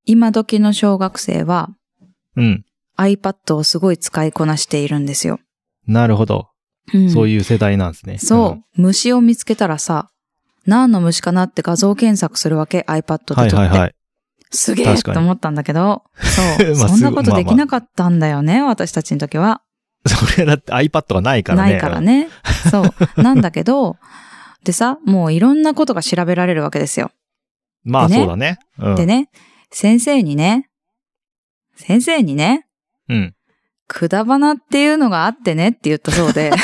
今時の小学生は、 うん。 iPad をすごい使いこなしているんですよ。 なるほど。 うん、 そういう世代なんですね。 そう、虫を見つけたらさ、何の虫かなって画像検索するわけ、iPad で撮って。 はいはいはい。 すげえと思ったんだけど、そう、そんなことできなかったんだよね、私たちの時は。 それだって iPad がないからね。 ないからね。そう。なんだけど、でさ、もういろんなことが調べられるわけですよ。 まあそうだね。 うん、でね、先生にね、 うん。 くだばなっていうのがあってねって言ったそうで。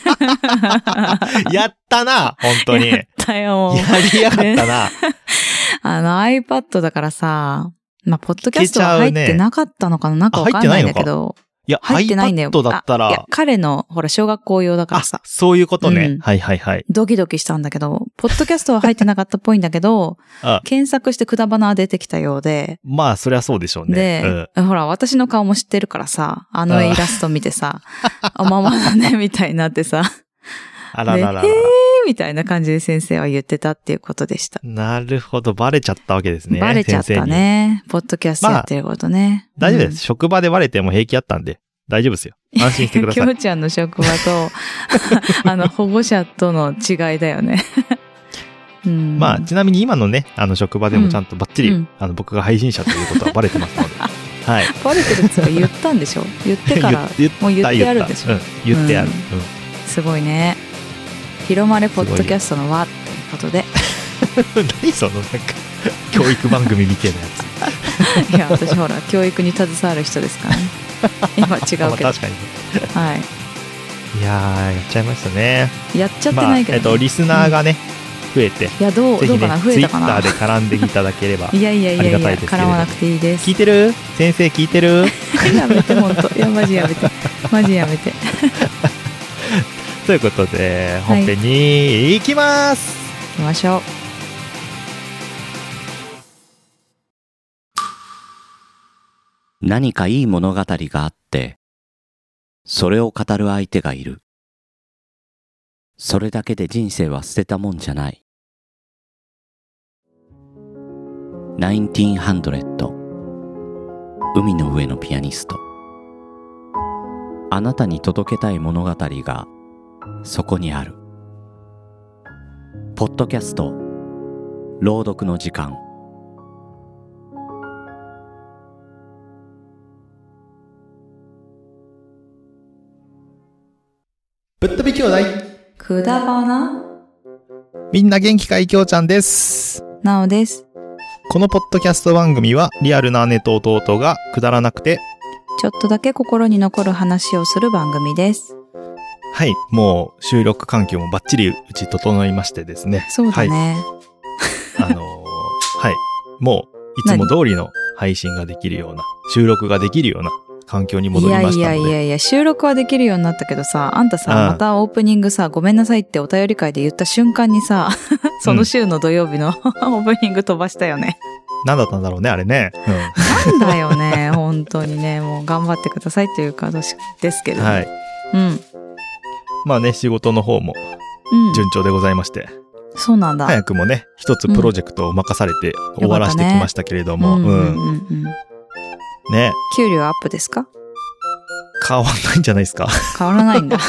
やったな、本当に。 やったよ。 やりやがったな。 iPad だからさ、まあ、ポッドキャストは入ってなかったのかな、なんかわかんないんだけど。 いや、入ってないんだよ。iPad だったら。いや、 彼の、ほら、小学校用だからさ。 そういうことね。 うん、 はいはいはい。 ドキドキしたんだけど、ポッドキャストは入ってなかったっぽいんだけど、検索してくだばな出てきたようで。 まあ、そりゃそうでしょうね。 で、ほら、私の顔も知ってるからさ、イラスト見てさ、ままだね、みたいになってさ。 あらららら。 みたいな感じで先生は言ってたっていうことでした。 なるほど。バレちゃったわけですね。 バレちゃったね。ポッドキャストやってることね。 まあ、大丈夫です。職場でバレても平気だったんで。大丈夫ですよ。安心してください。 きょうちゃんの職場と、保護者との違いだよね。 うん、まあ、ちなみに今のね、職場でもちゃんとバッチリ、僕が配信者ということはバレてますので。はい。 バレてるって言ったんでしょ？言ってから、もう言ってやるんでしょ？ 言ってやる。 すごいね。広まれポッドキャストの輪ということで。 何そのなんか、教育番組みたいなやつ。いや、私ほら、教育に携わる人ですからね。今違うけど。 確かに。 はい。 いやー、やっちゃいましたね。 やっちゃってないけど、 リスナーがね、増えて。 いや、どうかな、増えたかな。 ツイッターで絡んでいただければ。 いや、絡まなくていいです。 聞いてる？先生聞いてる？ やめて、ほんと。いや、マジやめて。マジやめて。 ということで、本編に行きます。 行きましょう。 何かいい物語があって、それを語る相手がいる。それだけで人生は捨てたもんじゃない。1900海の上のピアニスト。あなたに届けたい物語がそこにある。ポッドキャスト朗読の時間。 ぶっ飛び兄弟くだばな。 みんな元気かい？きょうちゃんです。 なおです。 このポッドキャスト番組はリアルな姉と弟がくだらなくてちょっとだけ心に残る話をする番組です。 はい、もう収録環境もバッチリうち整いましてですね。 そうだね。 はい、はい、もういつも通りの配信ができるような、収録ができるような環境に戻りましたので。 いや、収録はできるようになったけどさ、あんたさ、またオープニングさ、ごめんなさいってお便り会で言った瞬間にさ、その週の土曜日のオープニング飛ばしたよね。 何だったんだろうね、あれね。 なんだよね、本当にね、もう頑張ってくださいというかですけど、ね。 はい。 うん。 まあね、仕事の方も順調でございまして。 そうなんだ。 早くもね、一つプロジェクトを任されて終わらせてきましたけれども。ね。 給料アップですか？ 変わらないんじゃないですか。 変わらないんだ。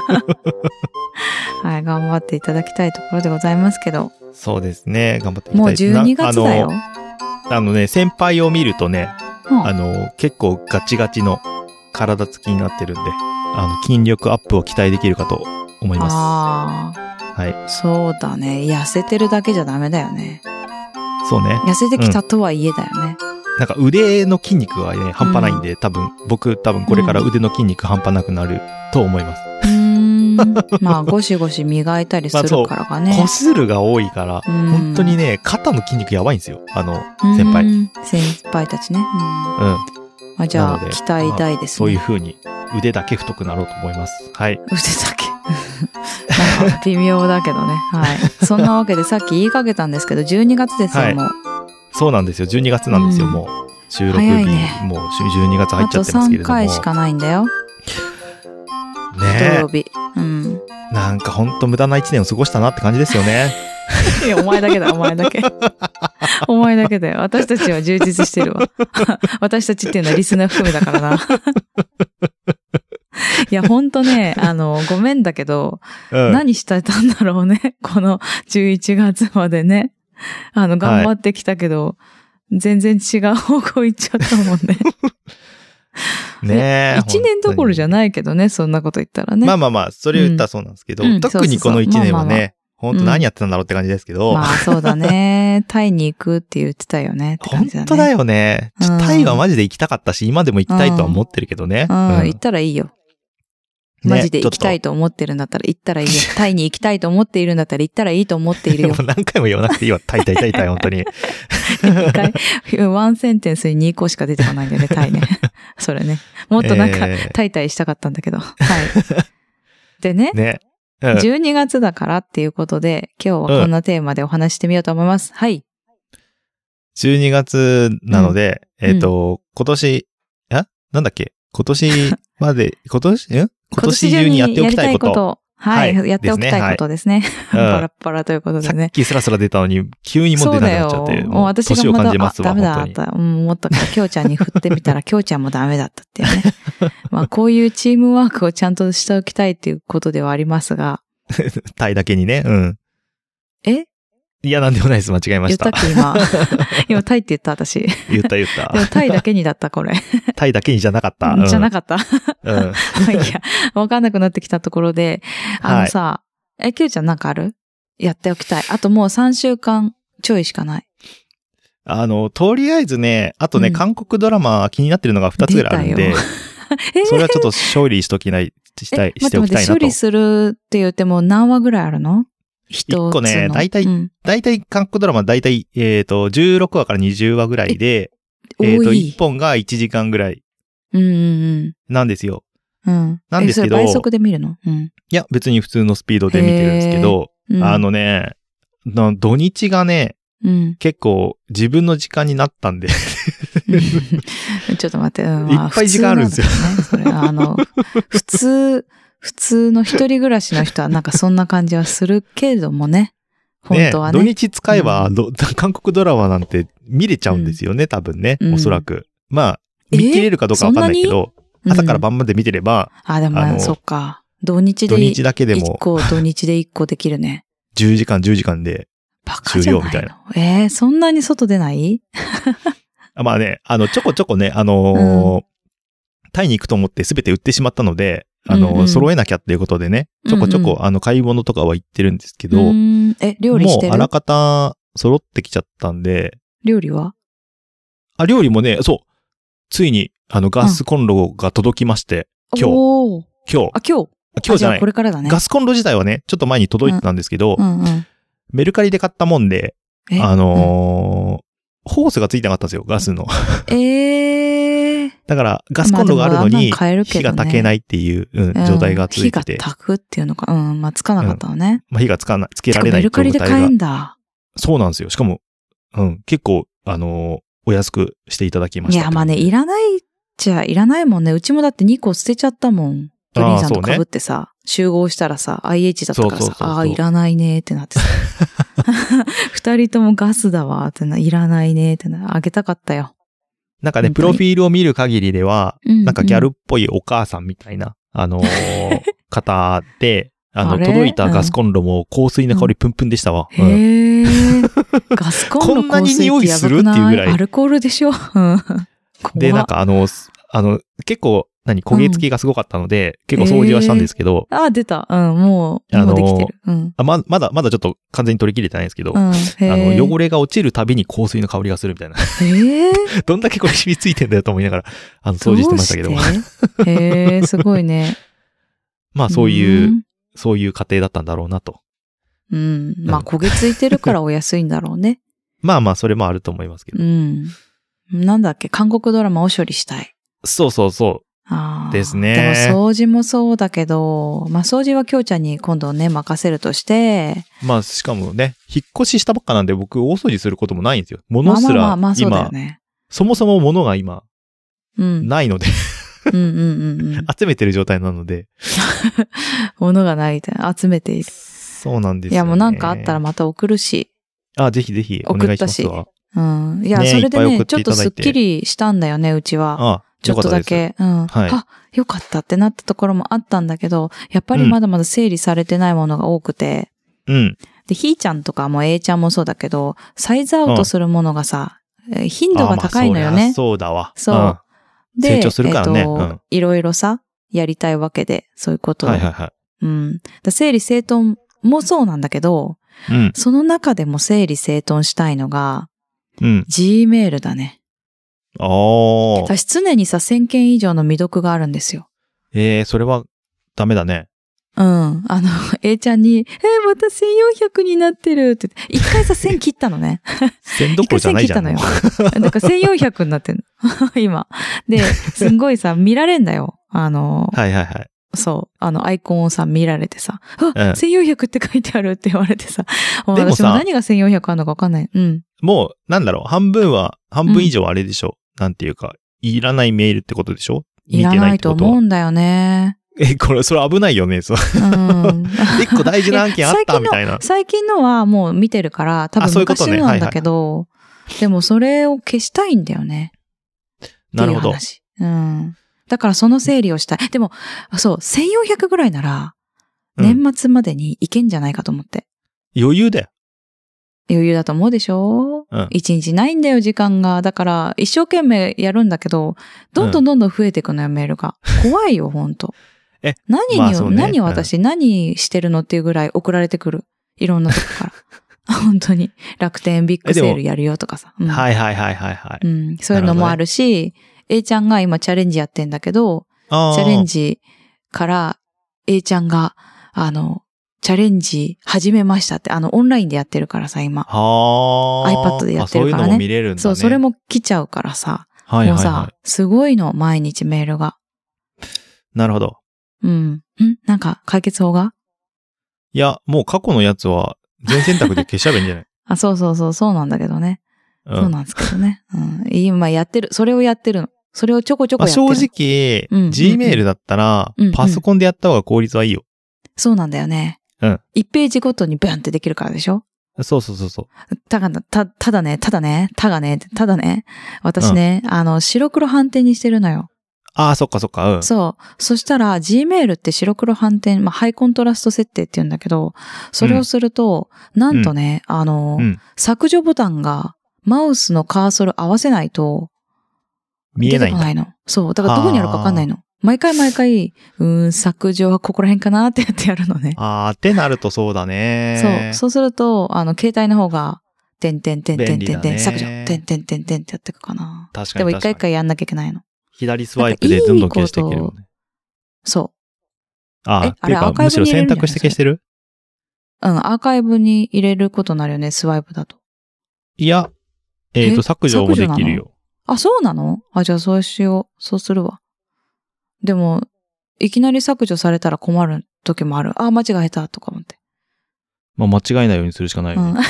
はい、頑張っていただきたいところでございますけど。 そうですね、頑張っていただきたい。 もう12月だよ。 ね、先輩を見るとね、結構ガチガチの体つきになってるんで、筋力アップを期待できるかと思います。 ああ。はい。そうだね。痩せてるだけじゃダメだよね。 そうね。 痩せてきたとはいえだよね。 なんか腕の筋肉がね、半端ないんで、多分これから腕の筋肉半端なくなると思います。 まあ、ゴシゴシ磨いたりするからかね。 こするが多いから、本当にね、肩の筋肉やばいんですよ。先輩。 先輩たちね。じゃあ、期待大ですね。 そういう風に腕だけ太くなろうと思います。はい。 腕だけ。なんか微妙だけどね。はい。そんなわけでさっき言いかけたんですけど、12月ですよ、もう。 そうなんですよ。12月なんですよ、もう。収録日、もう12月入っちゃってますけれども。 あと3回しかないんだよ。 ねえ。 土曜日。 なんかほんと無駄な1年を過ごしたなって感じですよね。 いや、お前だけだ、お前だけ。 お前だけだよ。私たちは充実してるわ。私たちっていうのはリスナー含めだからな。いや、ほんとね、ごめんだけど、何してたんだろうね。この11月までね。頑張ってきたけど、全然違う方向行っちゃったもんね。 ねえ。 1年どころじゃないけどね、そんなこと言ったらね。 まあ、それ言ったらそうなんですけど、特にこの1年はね、本当何やってたんだろうって感じですけど。 まあそうだね。タイに行くって言ってたよねって感じだね。 本当だよね。タイはマジで行きたかったし、今でも行きたいとは思ってるけどね。 行ったらいいよ。マジで行きたいと思ってるんだったら行ったらいいよ。タイに行きたいと思っているんだったら行ったらいいと思っているよ。 もう何回も言わなくていいわ。タイ、本当に。 ワンセンテンスに2個しか出てこないんだよね、タイね。それね。もっとなんか、タイタイしたかったんだけど。はい。でね。12月だからっていうことで、今日はこんなテーマでお話してみようと思います。はい。 12月なので、今年、なんだっけ今年まで、今年中にやっておきたいこと。 はい。やっておきたいことですね。パラッパラということでね。 さっきスラスラ出たのに、急にもう出なくなっちゃって。 もう私がまだダメだった。思ったから、きょうちゃんに振ってみたら、きょうちゃんもダメだったっていうね。まあ、こういうチームワークをちゃんとしておきたいっていうことではありますが。 タイだけにね、いや、なんでもないです。間違えました。 言ったっけ今タイって言った私。 言った。 でもタイだけにだった、これ。 タイだけにじゃなかった。 じゃなかった。いや、わかんなくなってきたところで、さ、きゅうちゃんなんかある？やっておきたい。あともう3週間ちょいしかない。 とりあえずね、あとね、韓国ドラマ気になってるのが2つぐらいあるんで、それはちょっと処理しておきたいなと。 処理するって言っても何話ぐらいあるの 1個ね、だいたい韓国ドラマだいたい、16話から20話ぐらいで、1本が1時間ぐらい。なんですよ。なんですけど。 倍速で見るの？ いや、別に普通のスピードで見てるんですけど、土日がね、結構自分の時間になったんで。 ちょっと待って。 いっぱい時間あるんですよ。 それ普通の一人暮らしの人はなんかそんな感じはするけれどもね。本当はね。 土日使えば、韓国ドラマなんて見れちゃうんですよね、多分ね。おそらく。まあ、見切れるかどうかわかんないけど、朝から晩まで見てれば。 でもそっか。土日だけでも。土日で1個できるね。 10時間で終了みたいな。 そんなに外出ない？ まあね、ちょこちょこね、タイに行くと思って全て売ってしまったので、揃えなきゃっていうことでね、ちょこちょこ、買い物とかは行ってるんですけど、 料理してる？ もうあらかた揃ってきちゃったんで。 料理は？ 料理もね、そう。ついに、ガスコンロが届きまして、今日じゃない。 これからだね。 ガスコンロ自体はね、ちょっと前に届いてたんですけど、メルカリで買ったもんで、ホースがついてなかったんですよ、ガスの。だから、ガスコンロがあるのに、火が焚けないっていう状態が続いてて。 火が焚くっていうのか、つかなかったのね。 火がつけられない状態が。 メルカリで買えんだ。 そうなんですよ。しかも、結構、お安くしていただきました。 いや、まあね、いらないじゃいらないもんね。うちもだって2個捨てちゃったもん。グリーンさんと被ってさ、集合したらさ、IH だったからさ、いらないねってなってさ。2人ともガスだわっていらないねってあげたかったよ。 なんかね、プロフィールを見る限りでは、なんかギャルっぽいお母さんみたいな、方で、届いたガスコンロも香水の香りプンプンでしたわ。 へー。ガスコンロ香水ってやばくない？こんなに匂いするっていうぐらい。アルコールでしょ？ で、なんか結構、焦げ付きがすごかったので、結構掃除はしたんですけど。 出た。もうできてる。 まだちょっと完全に取り切れてないんですけど、汚れが落ちるたびに香水の香りがするみたいな。どんだけこれ染みついてんだよと思いながら、掃除してましたけど。 すごいね。 まあ、そういう過程だったんだろうなと。 まあ、焦げついてるからお安いんだろうね。 まあまあ、それもあると思いますけど。 なんだっけ、韓国ドラマを処理したい。 そう。ですね。 でも掃除もそうだけど、まあ掃除はきょうちゃんに今度ね、任せるとして。 まあしかもね、引っ越ししたばっかなんで僕大掃除することもないんですよ。物すら今、 そうだよね。 そもそも物が今、ないので。集めてる状態なので。 物がないって集めている。 そうなんですよ、ね。 いやもうなんかあったらまた送るし。 ぜひぜひお願いしますわ。 うん。いや、それでね、ちょっとスッキリしたんだよね、うちは。ちょっとだけ。うん。はい。あ、よかったってなったところもあったんだけど、やっぱりまだまだ整理されてないものが多くて。 うん。 で、ひーちゃんとかも A ちゃんもそうだけど、サイズアウトするものがさ、頻度が高いのよね。 そうだわ。 そう。で、 成長するからね。 いろいろさ、やりたいわけで、そういうことを。 はいはいはい。 うん。整理整頓もそうなんだけど、 うん、 その中でも整理整頓したいのが、 うん、 Gmail だね。私常にさ、1000件以上の未読があるんですよ。 それはダメだね。 うん。A ちゃんに、また1400になってるって言って、一回さ、1000切ったのね。 1000どころじゃないじゃん。 一回1000切ったのよ。だから1400になってんの。今。で、すんごいさ、見られんだよ。 はいはいはい。 そう。アイコンをさ、見られてさ、1400って書いてあるって言われてさ、私も何が1400あるのか分かんない。うん。 もう、なんだろう、半分以上あれでしょ。なんていうか、いらないメールってことでしょ？ いらないと思うんだよね。 それ危ないよね、そう。一個大事な案件あったみたいな。 最近のはもう見てるから、多分昔のなんだけど、でもそれを消したいんだよね。 なるほど。 うん。だからその整理をしたい。でも、そう、1400ぐらいなら、年末までにいけんじゃないかと思って。 余裕だよ。 余裕だと思うでしょ？一日ないんだよ、時間が。だから、一生懸命やるんだけど、どんどん増えていくのよ、メールが。怖いよ、ほんと。何私、何してるのっていうぐらい送られてくる。いろんなとこから。本当に。楽天ビッグセールやるよとかさ。 はいはいはいはいはい。 うん。そういうのもあるし、A ちゃんが今チャレンジやってんだけど、チャレンジから A ちゃんが、チャレンジ始めましたって、オンラインでやってるからさ、今。iPad でやってるからね。 そういうのも見れるんだね。 そう、それも来ちゃうからさ。はいはいはい、もうさ、すごいの、毎日メールが。 なるほど。 うん。なんか、解決法が？ いや、もう過去のやつは、全選択で消しちゃえばいいんじゃない？ そうなんだけどね。そうなんですけどね。今やってる、それをやってるの。それをちょこちょこやってる。 正直、Gmail だったら、パソコンでやった方が効率はいいよ。 そうなんだよね。1ページごとにブンってできるからでしょ？ そう。 ただね、私ね、白黒反転にしてるのよ。 そっか。 そう。そしたら、Gmail って白黒反転、ハイコントラスト設定って言うんだけど、それをすると、なんとね、削除ボタンが、マウスのカーソル合わせないと、 見えないんだ。 出てこないの。そう。だからどこにあるかわかんないの。毎回、削除はここら辺かなってやってやるのね。 ってなるとそうだね。 そうすると、携帯の方が、削除、ってやっていくかな。 確かに。 でも一回一回やんなきゃいけないの。 左スワイプでどんどん消していけるよね。 そう。 あれアーカイブに入れるんじゃない？むしろ選択して消してる？ アーカイブに入れることになるよね、スワイプだと。 いや、削除もできるよ。 そうなの？じゃあそうしよう。そうするわ。でも、いきなり削除されたら困る時もある。間違えたとか思って。 間違えないようにするしかないよね。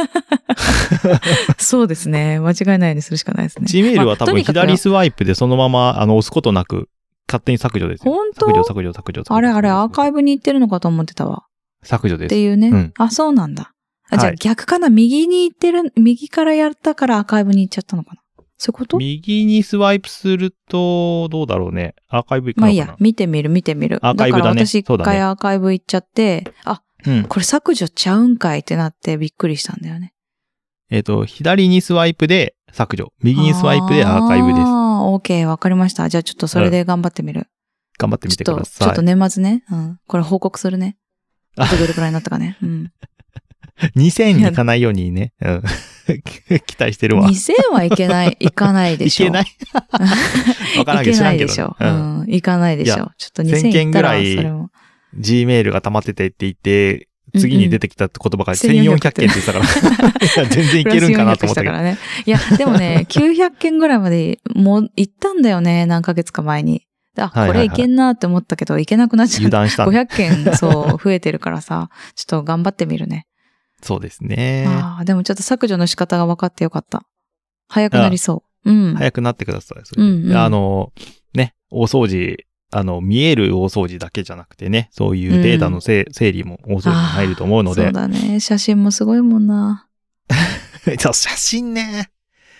そうですね。間違えないようにするしかないですね。 Gmail は多分左スワイプでそのまま押すことなく勝手に削除ですよ。 本当？ 削除。 あれ、アーカイブに行ってるのかと思ってたわ。 削除です。 っていうね。そうなんだ。じゃあ逆かな？右からやったからアーカイブに行っちゃったのかな？そういうこと？ 右にスワイプすると、どうだろうね。アーカイブ行くのかな？ いいや、見てみる。 アーカイブだね。 だから私一回アーカイブ行っちゃって、これ削除ちゃうんかいってなってびっくりしたんだよね。 左にスワイプで削除。右にスワイプでアーカイブです。 OK、わかりました。じゃあちょっとそれで頑張ってみる。 頑張ってみてください。 ちょっと年末ね。これ報告するね。あとどれくらいになったかね。 2000に行かないようにね。期待してるわ。 2000はいけない、行かないでしょ。 いけないわからんけど知らんけど。 行かないでしょ。ちょっと2000 件ぐらい Gmail が溜まっててって言って、次に出てきた言葉が1400件って言ってたから。全然いけるんかなと思ったけど。 ね、いや、でもね、900件ぐらいまでもう行ったんだよね、何ヶ月か前に。これいけんなって思ったけど、いけなくなっちゃう。 油断した。 500件、増えてるからさ、ちょっと頑張ってみるね。 そうですね。 でもちょっと削除の仕方が分かってよかった。早くなりそう。 早くなってください。それね、大掃除、見える大掃除だけじゃなくてね、そういうデータの整理も大掃除に入ると思うので。 そうだね。写真もすごいもんな。 写真ね。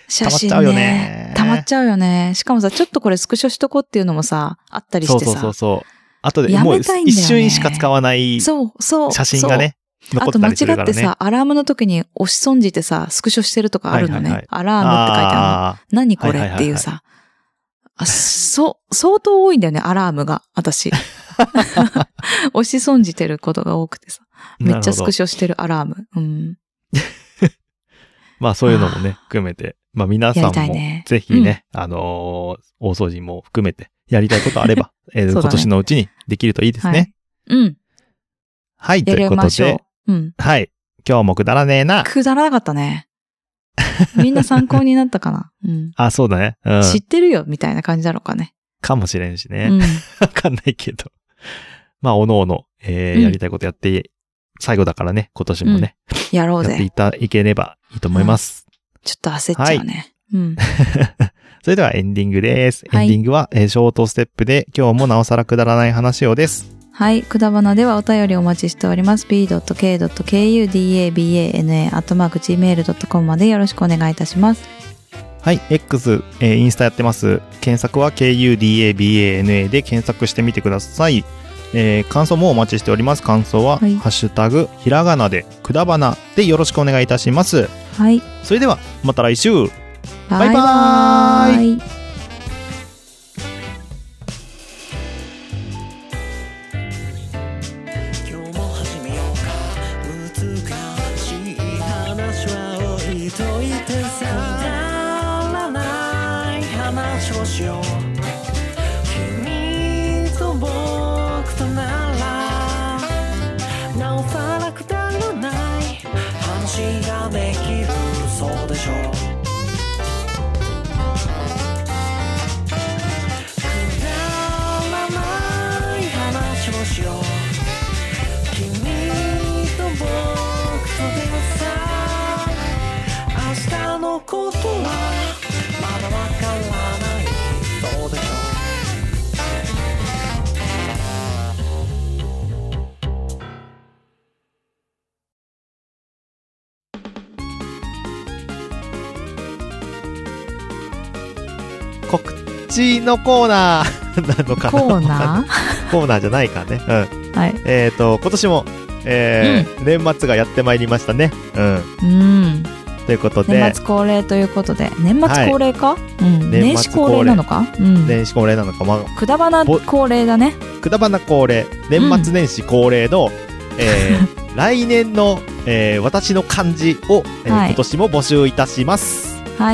写真ね。溜まっちゃうよね。しかもさ、ちょっとこれスクショしとこうっていうのもさ、あったりしてさ。 そう。あとでもう一瞬しか使わない写真がね、残ったりするからね。あと間違ってさ、アラームの時に押し損じてさ、スクショしてるとかあるのね。アラームって書いてあるの。何これっていうさ。相当多いんだよね、アラームが、私。押し損じてることが多くてさ。めっちゃスクショしてるアラーム。うん。 まあそういうのもね、含めて、まあ皆さんもぜひね、大掃除も含めてやりたいことあれば、今年のうちにできるといいですね。 うん。 はい、ということで、はい。今日もくだらねえな。 くだらなかったね。みんな参考になったかな。うん。 あ、そうだね。 知ってるよ、みたいな感じだろうかね。 かもしれんしね。わかんないけど。まあ、おのおの、やりたいことやって、最後だからね、今年もね。 やろうぜ。 やっていければいいと思います。 ちょっと焦っちゃうね。うん。 それではエンディングです。エンディングは、ショートステップで、今日もなおさらくだらない話をです。 はい。くだばなではお便りお待ちしております。p.k.kudabana@gmail.com までよろしくお願いいたします。 はい。X、インスタやってます。検索は KUDABANA で検索してみてください。感想もお待ちしております。感想は、ハッシュタグ、ひらがなで、くだばなでよろしくお願いいたします。 はい。 それでは、また来週。 バイバーイ。 告知のコーナーなのかな。 コーナーコーナーじゃないかね。うん。 はい。 今年も、年末がやってまいりましたね。うん。ということで。 年末恒例ということで。年末恒例か、年始恒例なのか、 年始恒例なのか。まあ、 くだばな恒例だね。 くだばな恒例。年末年始恒例の、来年の、私の漢字を、今年も募集いたします。 はい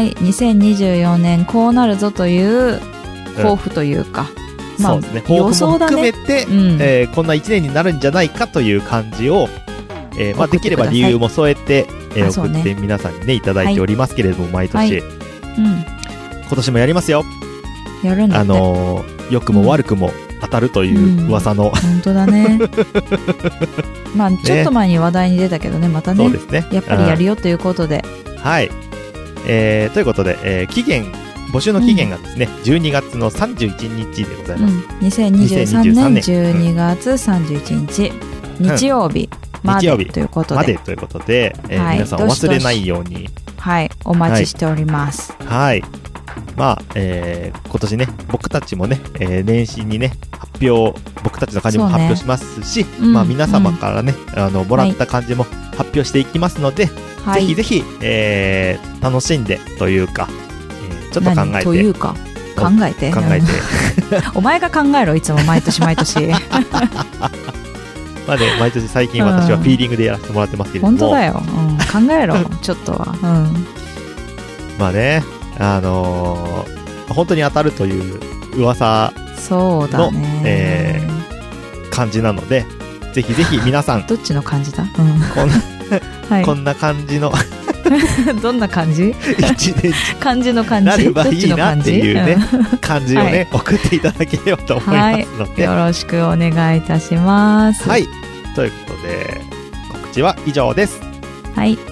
。2024年こうなるぞという抱負というか。 そうですね。抱負も含めて、こんな1年になるんじゃないかという漢字を、まあ、できれば理由も添えて、送って皆さんにね、いただいておりますけれども、毎年。今年もやりますよ。 やるんだって。 良くも悪くも当たるという噂の。 本当だね。まあ、ちょっと前に話題に出たけどね、またね。 そうですね。 やっぱりやるよということで。 はい。ということで、募集の期限がですね、12月の31日でございます。 2023年12月31日、日曜日までということで。 皆さんお忘れないように。 はい、お待ちしております。 はい。まあ、今年ね、僕たちもね、年始にね、僕たちの漢字も発表しますし、まあ皆様からね、もらった漢字も発表していきますので、ぜひぜひ、楽しんでというか、ちょっと考えて。 というか、考えて。お前が考えろ、いつも毎年毎年。 まあね、毎年最近私はフィーリングでやらせてもらってますけれども。 本当だよ。考えろ、ちょっとは。 まあね、本当に当たるという噂の、漢字なので、ぜひぜひ皆さん。 どっちの漢字だ？ こんな感じのどんな感じ？漢字の漢字なればいいなっていうね、漢字をね、送っていただければと思いますので、 よろしくお願いいたします。 はい。ということで、告知は以上です。 はい。